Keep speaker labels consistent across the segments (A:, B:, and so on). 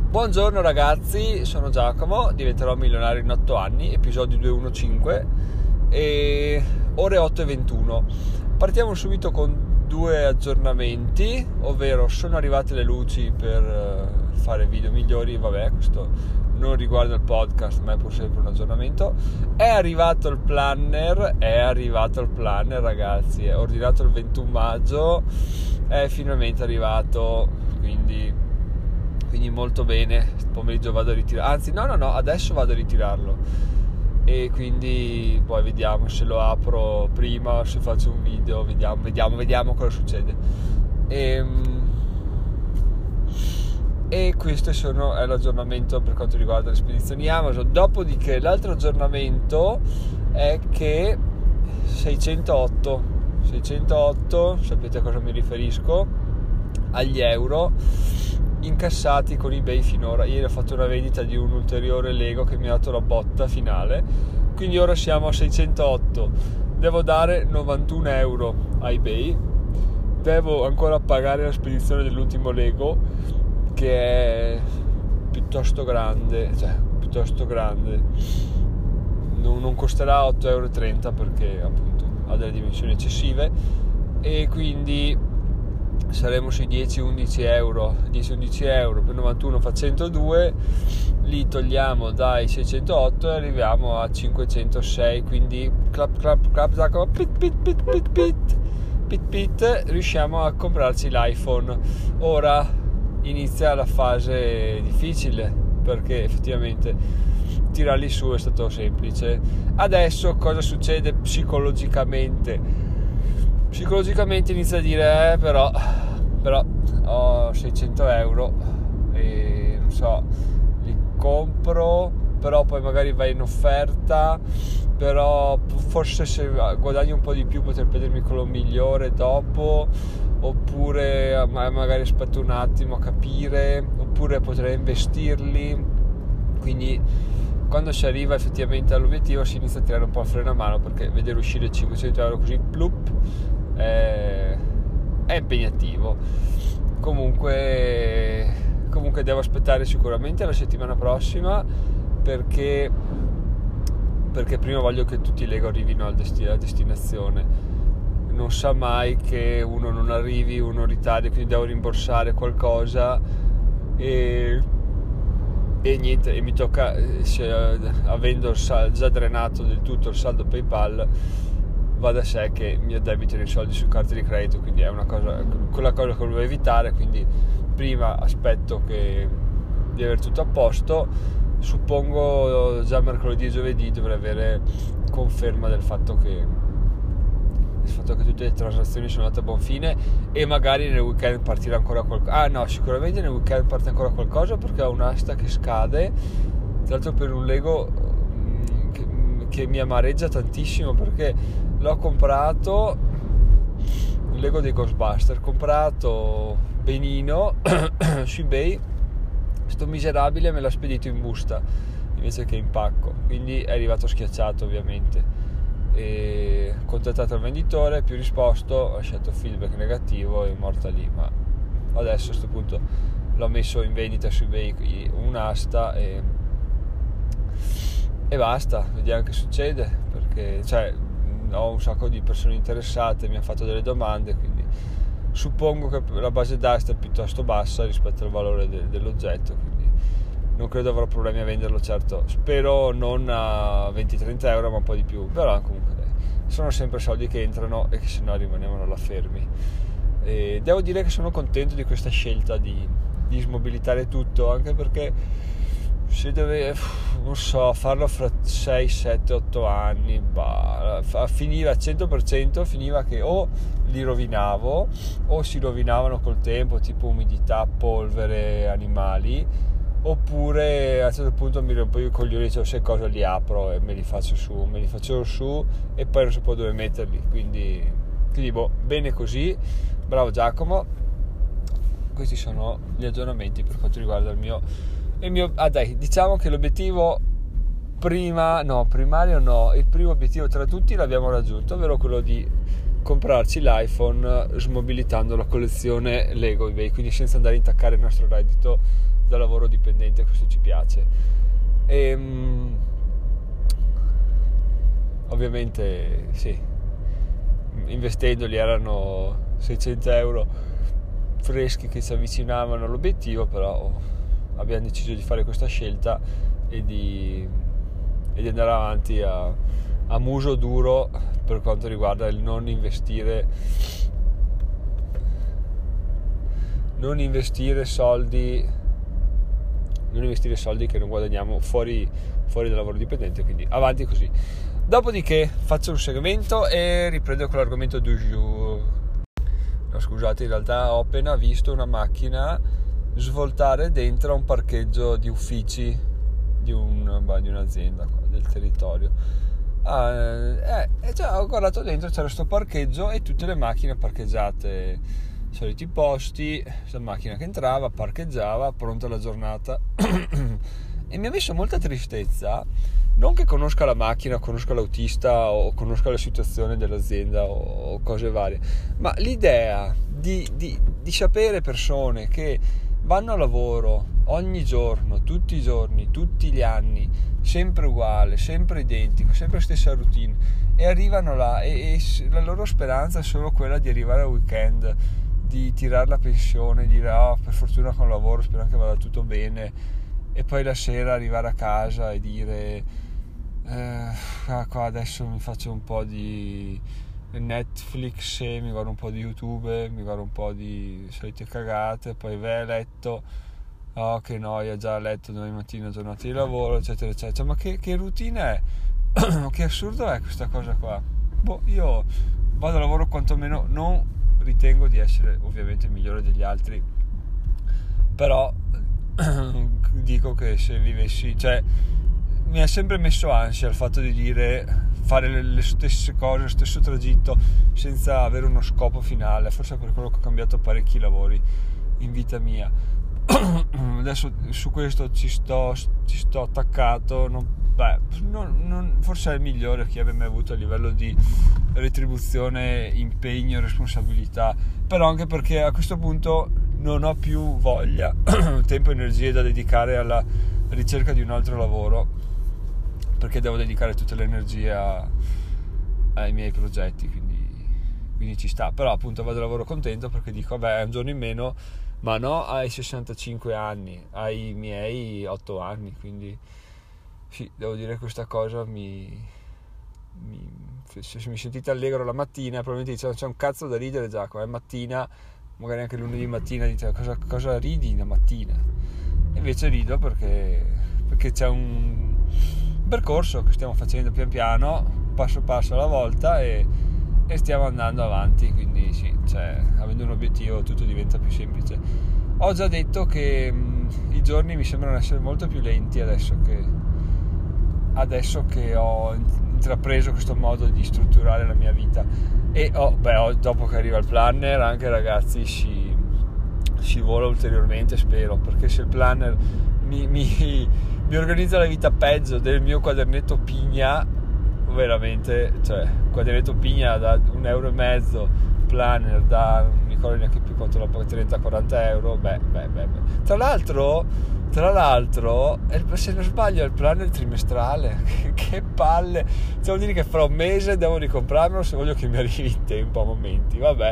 A: Buongiorno ragazzi, sono Giacomo, diventerò milionario in 8 anni, episodio 215 e ore 8:21. Partiamo subito con 2 aggiornamenti, ovvero sono arrivate le luci per fare video migliori, vabbè, questo non riguarda il podcast ma è pur sempre un aggiornamento. È arrivato il planner ragazzi, è ordinato il 21 maggio, è finalmente arrivato, quindi molto bene. Pomeriggio vado a ritirarlo, anzi no, adesso vado a ritirarlo e quindi poi vediamo se lo apro prima o se faccio un video, vediamo cosa succede. E questo è l'aggiornamento per quanto riguarda le spedizioni Amazon. Dopodiché l'altro aggiornamento è che 608, sapete a cosa mi riferisco? Agli euro incassati con eBay finora. Ieri ho fatto una vendita di un ulteriore Lego che mi ha dato la botta finale, quindi ora siamo a 608. Devo dare 91 euro a eBay, devo ancora pagare la spedizione dell'ultimo Lego che è piuttosto grande, non costerà 8,30 euro perché appunto ha delle dimensioni eccessive, e quindi saremo sui 10-11 euro per 91 fa 102, li togliamo dai 608 e arriviamo a 506, quindi clap pit, riusciamo a comprarci l'iPhone. Ora inizia la fase difficile, perché effettivamente tirarli su è stato semplice. Adesso cosa succede psicologicamente? Inizia a dire però ho 600 euro e non so, li compro, però poi magari vai in offerta, però forse se guadagni un po' di più potrei prendermi quello migliore dopo, oppure magari aspetto un attimo a capire, oppure potrei investirli. Quindi quando si arriva effettivamente all'obiettivo si inizia a tirare un po' il freno a mano, perché vedere uscire 500 euro così plup è impegnativo. Comunque devo aspettare sicuramente la settimana prossima, perché prima voglio che tutti i Lego arrivino alla destinazione. Non sa mai che uno non arrivi, uno ritardi, quindi devo rimborsare qualcosa e niente, e mi tocca, avendo già drenato del tutto il saldo PayPal, va da sé che mi addebitano i soldi su carte di credito, quindi è quella cosa che volevo evitare. Quindi prima aspetto di avere tutto a posto. Suppongo già mercoledì e giovedì dovrei avere conferma del fatto che tutte le transazioni sono andate a buon fine, e magari nel weekend partirà ancora qualcosa. Sicuramente nel weekend parte ancora qualcosa, perché ho un'asta che scade, tra l'altro per un Lego che mi amareggia tantissimo, perché l'ho comprato, il Lego dei Ghostbuster, comprato benino su eBay, sto miserabile me l'ha spedito in busta invece che in pacco, quindi è arrivato schiacciato ovviamente. E contattato il venditore, più risposto, ho lasciato feedback negativo e è morta lì. Ma adesso a questo punto l'ho messo in vendita su eBay un'asta e basta, vediamo che succede, perché ho un sacco di persone interessate, mi hanno fatto delle domande, quindi suppongo che la base d'asta è piuttosto bassa rispetto al valore dell'oggetto, quindi non credo avrò problemi a venderlo. Certo, spero non a 20-30 euro, ma un po' di più, però comunque sono sempre soldi che entrano e che se no rimaniamo là fermi. E devo dire che sono contento di questa scelta di smobilitare tutto, anche perché se deve, non so, farlo fra 6, 7, 8 anni, finiva al 100%, finiva che o li rovinavo o si rovinavano col tempo, tipo umidità, polvere, animali, oppure a un certo punto mi rompo i coglioni e dicevo, sai cosa, li apro e me li faccio su e poi non sapevo dove metterli, quindi bene così, bravo Giacomo. Questi sono gli aggiornamenti per quanto riguarda il mio diciamo che l'obiettivo il primo obiettivo tra tutti l'abbiamo raggiunto, ovvero quello di comprarci l'iPhone smobilitando la collezione Lego eBay, quindi senza andare a intaccare il nostro reddito da lavoro dipendente, questo ci piace. Ovviamente sì, investendoli erano 600 euro freschi che ci avvicinavano all'obiettivo, però abbiamo deciso di fare questa scelta e di andare avanti a muso duro per quanto riguarda il non investire soldi che non guadagniamo fuori dal lavoro dipendente, quindi avanti così. Dopodiché faccio un segmento e riprendo con l'argomento du jour. No, scusate, in realtà ho appena visto una macchina svoltare dentro un parcheggio di uffici di un'azienda qua, del territorio. Ho guardato dentro, c'era sto parcheggio e tutte le macchine parcheggiate, soliti posti, questa macchina che entrava, parcheggiava, pronta alla giornata. E mi ha messo molta tristezza, non che conosca la macchina, conosca l'autista o conosca la situazione dell'azienda o cose varie, ma l'idea di sapere persone che vanno a lavoro ogni giorno, tutti i giorni, tutti gli anni, sempre uguale, sempre identico, sempre stessa routine, e arrivano là e la loro speranza è solo quella di arrivare al weekend, di tirare la pensione, dire per fortuna con il lavoro, spero che vada tutto bene, e poi la sera arrivare a casa e dire qua adesso mi faccio un po' di Netflix, mi guardo un po' di YouTube, mi guardo un po' di solite cagate, poi vai a letto, che noia, già a letto domani mattina, giornata di lavoro, eccetera eccetera. Ma che routine è? Che assurdo è questa cosa qua? Io vado a lavoro, quantomeno non ritengo di essere ovviamente migliore degli altri, però dico che se vivessi, cioè mi ha sempre messo ansia il fatto di dire fare le stesse cose, lo stesso tragitto senza avere uno scopo finale. Forse è per quello che ho cambiato parecchi lavori in vita mia. Adesso su questo ci sto attaccato, forse è il migliore che abbia mai avuto a livello di retribuzione, impegno, responsabilità, però anche perché a questo punto non ho più voglia, tempo e energie da dedicare alla ricerca di un altro lavoro, perché devo dedicare tutte le energie ai miei progetti, quindi ci sta. Però appunto vado a lavoro contento perché dico vabbè, è un giorno in meno, ma no ai 65 anni, ai miei 8 anni, quindi sì, devo dire questa cosa se mi sentite allegro la mattina, probabilmente c'è un cazzo da ridere già, è mattina, magari anche lunedì mattina dite cosa ridi la mattina, e invece rido perché c'è un percorso che stiamo facendo pian piano, passo passo alla volta, e stiamo andando avanti, quindi sì, avendo un obiettivo tutto diventa più semplice. Ho già detto che i giorni mi sembrano essere molto più lenti adesso che ho intrapreso questo modo di strutturare la mia vita, e dopo che arriva il planner, anche ragazzi si vola ulteriormente, spero, perché se il planner mi organizza la vita peggio del mio quadernetto pigna, veramente, quadernetto pigna da 1,5 euro, planner da non mi ricordo neanche più quanto la paga, 30-40 euro, tra l'altro se non sbaglio è il planner trimestrale. Che palle, vuol dire che fra un mese devo ricomprarmelo se voglio che mi arrivi in tempo a momenti. Vabbè.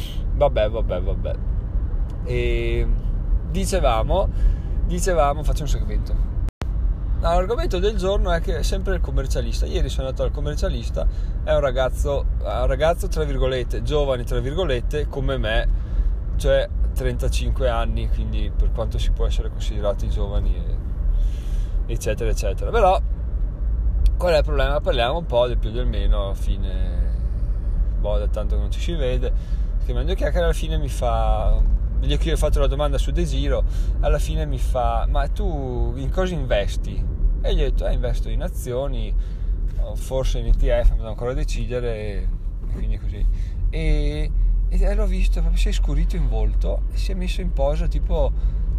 A: E dicevamo, faccio un segmento. L'argomento del giorno è che è sempre il commercialista. Ieri sono andato al commercialista, è un ragazzo tra virgolette, giovane tra virgolette, come me, cioè 35 anni, quindi per quanto si può essere considerati giovani, eccetera eccetera. Però qual è il problema? Parliamo un po' del più del meno, alla fine da tanto che non ci si vede, scrivendo chiacchiere, alla fine mi fa, gli ho fatto la domanda su Desiro, alla fine mi fa: ma tu in cosa investi? E gli ho detto investo in azioni, forse in ETF, non devo ancora decidere, e quindi così. E l'ho visto, proprio si è scurito in volto e si è messo in posa tipo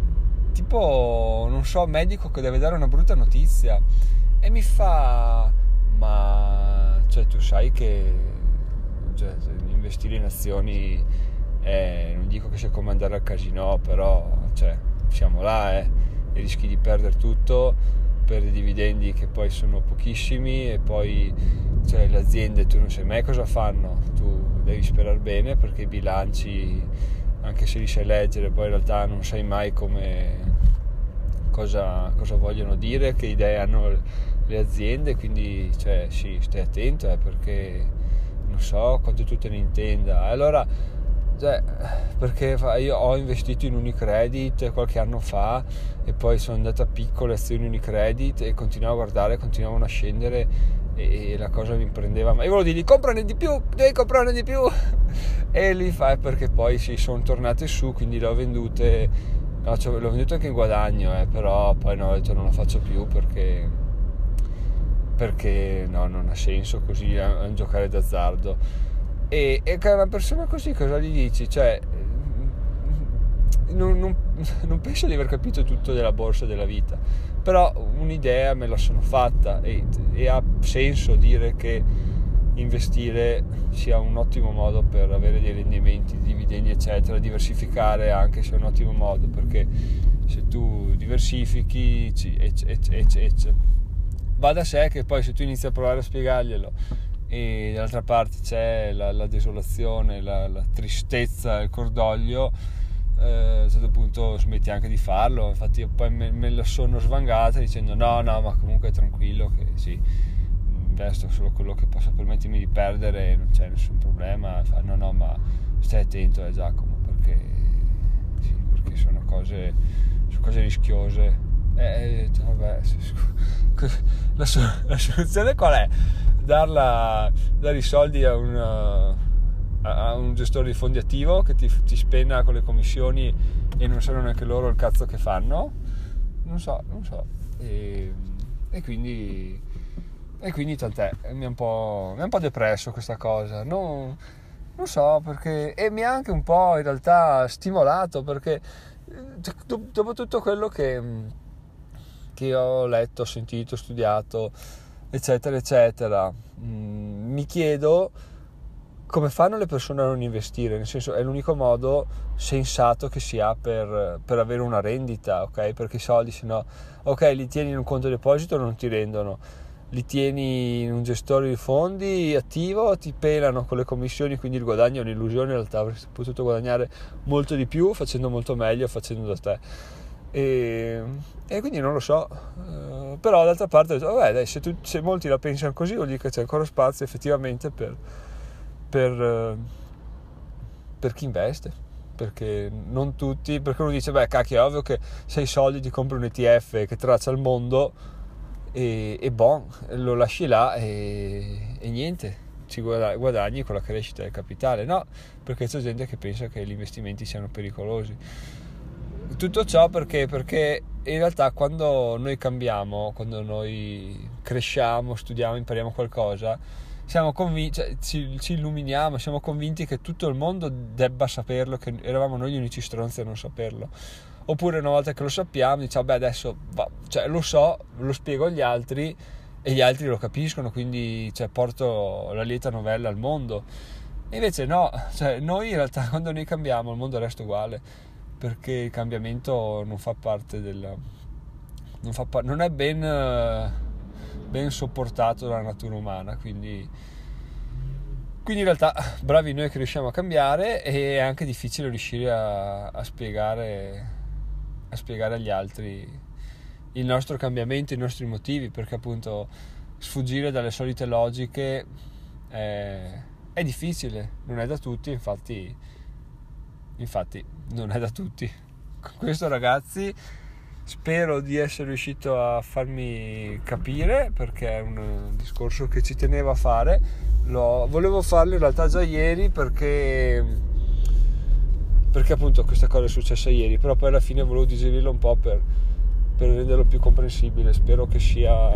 A: non so, medico che deve dare una brutta notizia, e mi fa: ma tu sai che investire in azioni non dico che sia come andare al casino, però siamo là, e rischi di perdere tutto per i dividendi che poi sono pochissimi, e poi cioè, le aziende tu non sai mai cosa fanno, tu devi sperare bene, perché i bilanci, anche se li sai leggere, poi in realtà non sai mai cosa vogliono dire, che idee hanno le aziende, quindi cioè, sì, stai attento, perché non so quanto tu te ne intenda. Allora, cioè, perché io ho investito in Unicredit qualche anno fa, e poi sono andato a piccole azioni Unicredit e continuavano a scendere, e la cosa mi prendeva, ma io volevo dirgli comprane di più, devi comprarne di più e li fai, perché poi si sono tornate su, quindi l'ho vendute, no, cioè, l'ho venduto anche in guadagno, però poi no, ho detto non lo faccio più, perché no, non ha senso così a giocare d'azzardo. E che una persona così cosa gli dici? Cioè, non penso di aver capito tutto della borsa della vita, però un'idea me la sono fatta, e ha senso dire che investire sia un ottimo modo per avere dei rendimenti, dividendi eccetera, diversificare anche se è un ottimo modo, perché se tu diversifichi va da sé che poi se tu inizi a provare a spiegarglielo, e dall'altra parte c'è la desolazione, la tristezza, il cordoglio, a un certo punto smetti anche di farlo. Infatti io poi me la sono svangata dicendo no, ma comunque tranquillo, che sì, investo solo quello che posso permettermi di perdere, non c'è nessun problema. No, ma stai attento, Giacomo, perché sono cose rischiose. Vabbè, la soluzione qual è? Dare i soldi a un gestore di fondi attivo che ti spenna con le commissioni e non sanno neanche loro il cazzo che fanno? Non so. E quindi tant'è, mi è un po' depresso questa cosa, non so perché, e mi ha anche un po' in realtà stimolato, perché dopo tutto quello che ho letto, ho sentito, studiato eccetera eccetera, mi chiedo come fanno le persone a non investire, nel senso, è l'unico modo sensato che si ha per avere una rendita, ok? Perché i soldi, se no, ok, li tieni in un conto deposito, non ti rendono, li tieni in un gestore di fondi attivo, ti pelano con le commissioni, quindi il guadagno è un'illusione, in realtà avresti potuto guadagnare molto di più facendo molto meglio, facendo da te. E quindi non lo so, però d'altra parte ho detto, vabbè dai, se molti la pensano così, vuol dire che c'è ancora spazio effettivamente per chi investe, perché non tutti, perché uno dice beh cacchio, è ovvio che se hai soldi ti compri un ETF che traccia il mondo e lo lasci là e niente, ci guadagni con la crescita del capitale. No, perché c'è gente che pensa che gli investimenti siano pericolosi. Tutto ciò perché in realtà quando noi cambiamo, quando noi cresciamo, studiamo, impariamo qualcosa, siamo convinti, cioè, ci illuminiamo, siamo convinti che tutto il mondo debba saperlo, che eravamo noi gli unici stronzi a non saperlo. Oppure una volta che lo sappiamo diciamo beh adesso lo so, lo spiego agli altri e gli altri lo capiscono, quindi porto la lieta novella al mondo. E invece no, noi in realtà quando noi cambiamo il mondo resta uguale, perché il cambiamento non fa parte non è ben sopportato dalla natura umana, quindi in realtà bravi noi che riusciamo a cambiare, e è anche difficile riuscire a spiegare agli altri il nostro cambiamento, i nostri motivi, perché appunto sfuggire dalle solite logiche è difficile, non è da tutti, infatti non è da tutti. Con questo ragazzi spero di essere riuscito a farmi capire, perché è un discorso che ci tenevo a fare, volevo farlo in realtà già ieri, perché appunto questa cosa è successa ieri, però poi alla fine volevo digerirlo un po' per renderlo più comprensibile. Spero che sia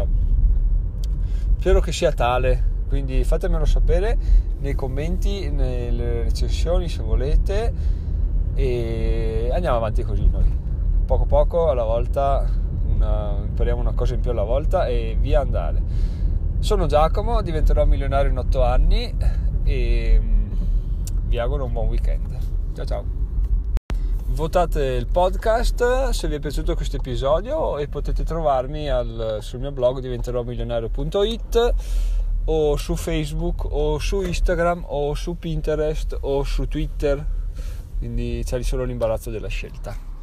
A: tale, quindi fatemelo sapere nei commenti, nelle recensioni se volete, e andiamo avanti così noi, poco alla volta, impariamo una cosa in più alla volta e via andare. Sono Giacomo, diventerò milionario in 8 anni e vi auguro un buon weekend. Ciao. votate il podcast se vi è piaciuto questo episodio, e potete trovarmi sul mio blog diventeromilionario.it, o su Facebook, o su Instagram, o su Pinterest, o su Twitter, quindi c'è solo l'imbarazzo della scelta.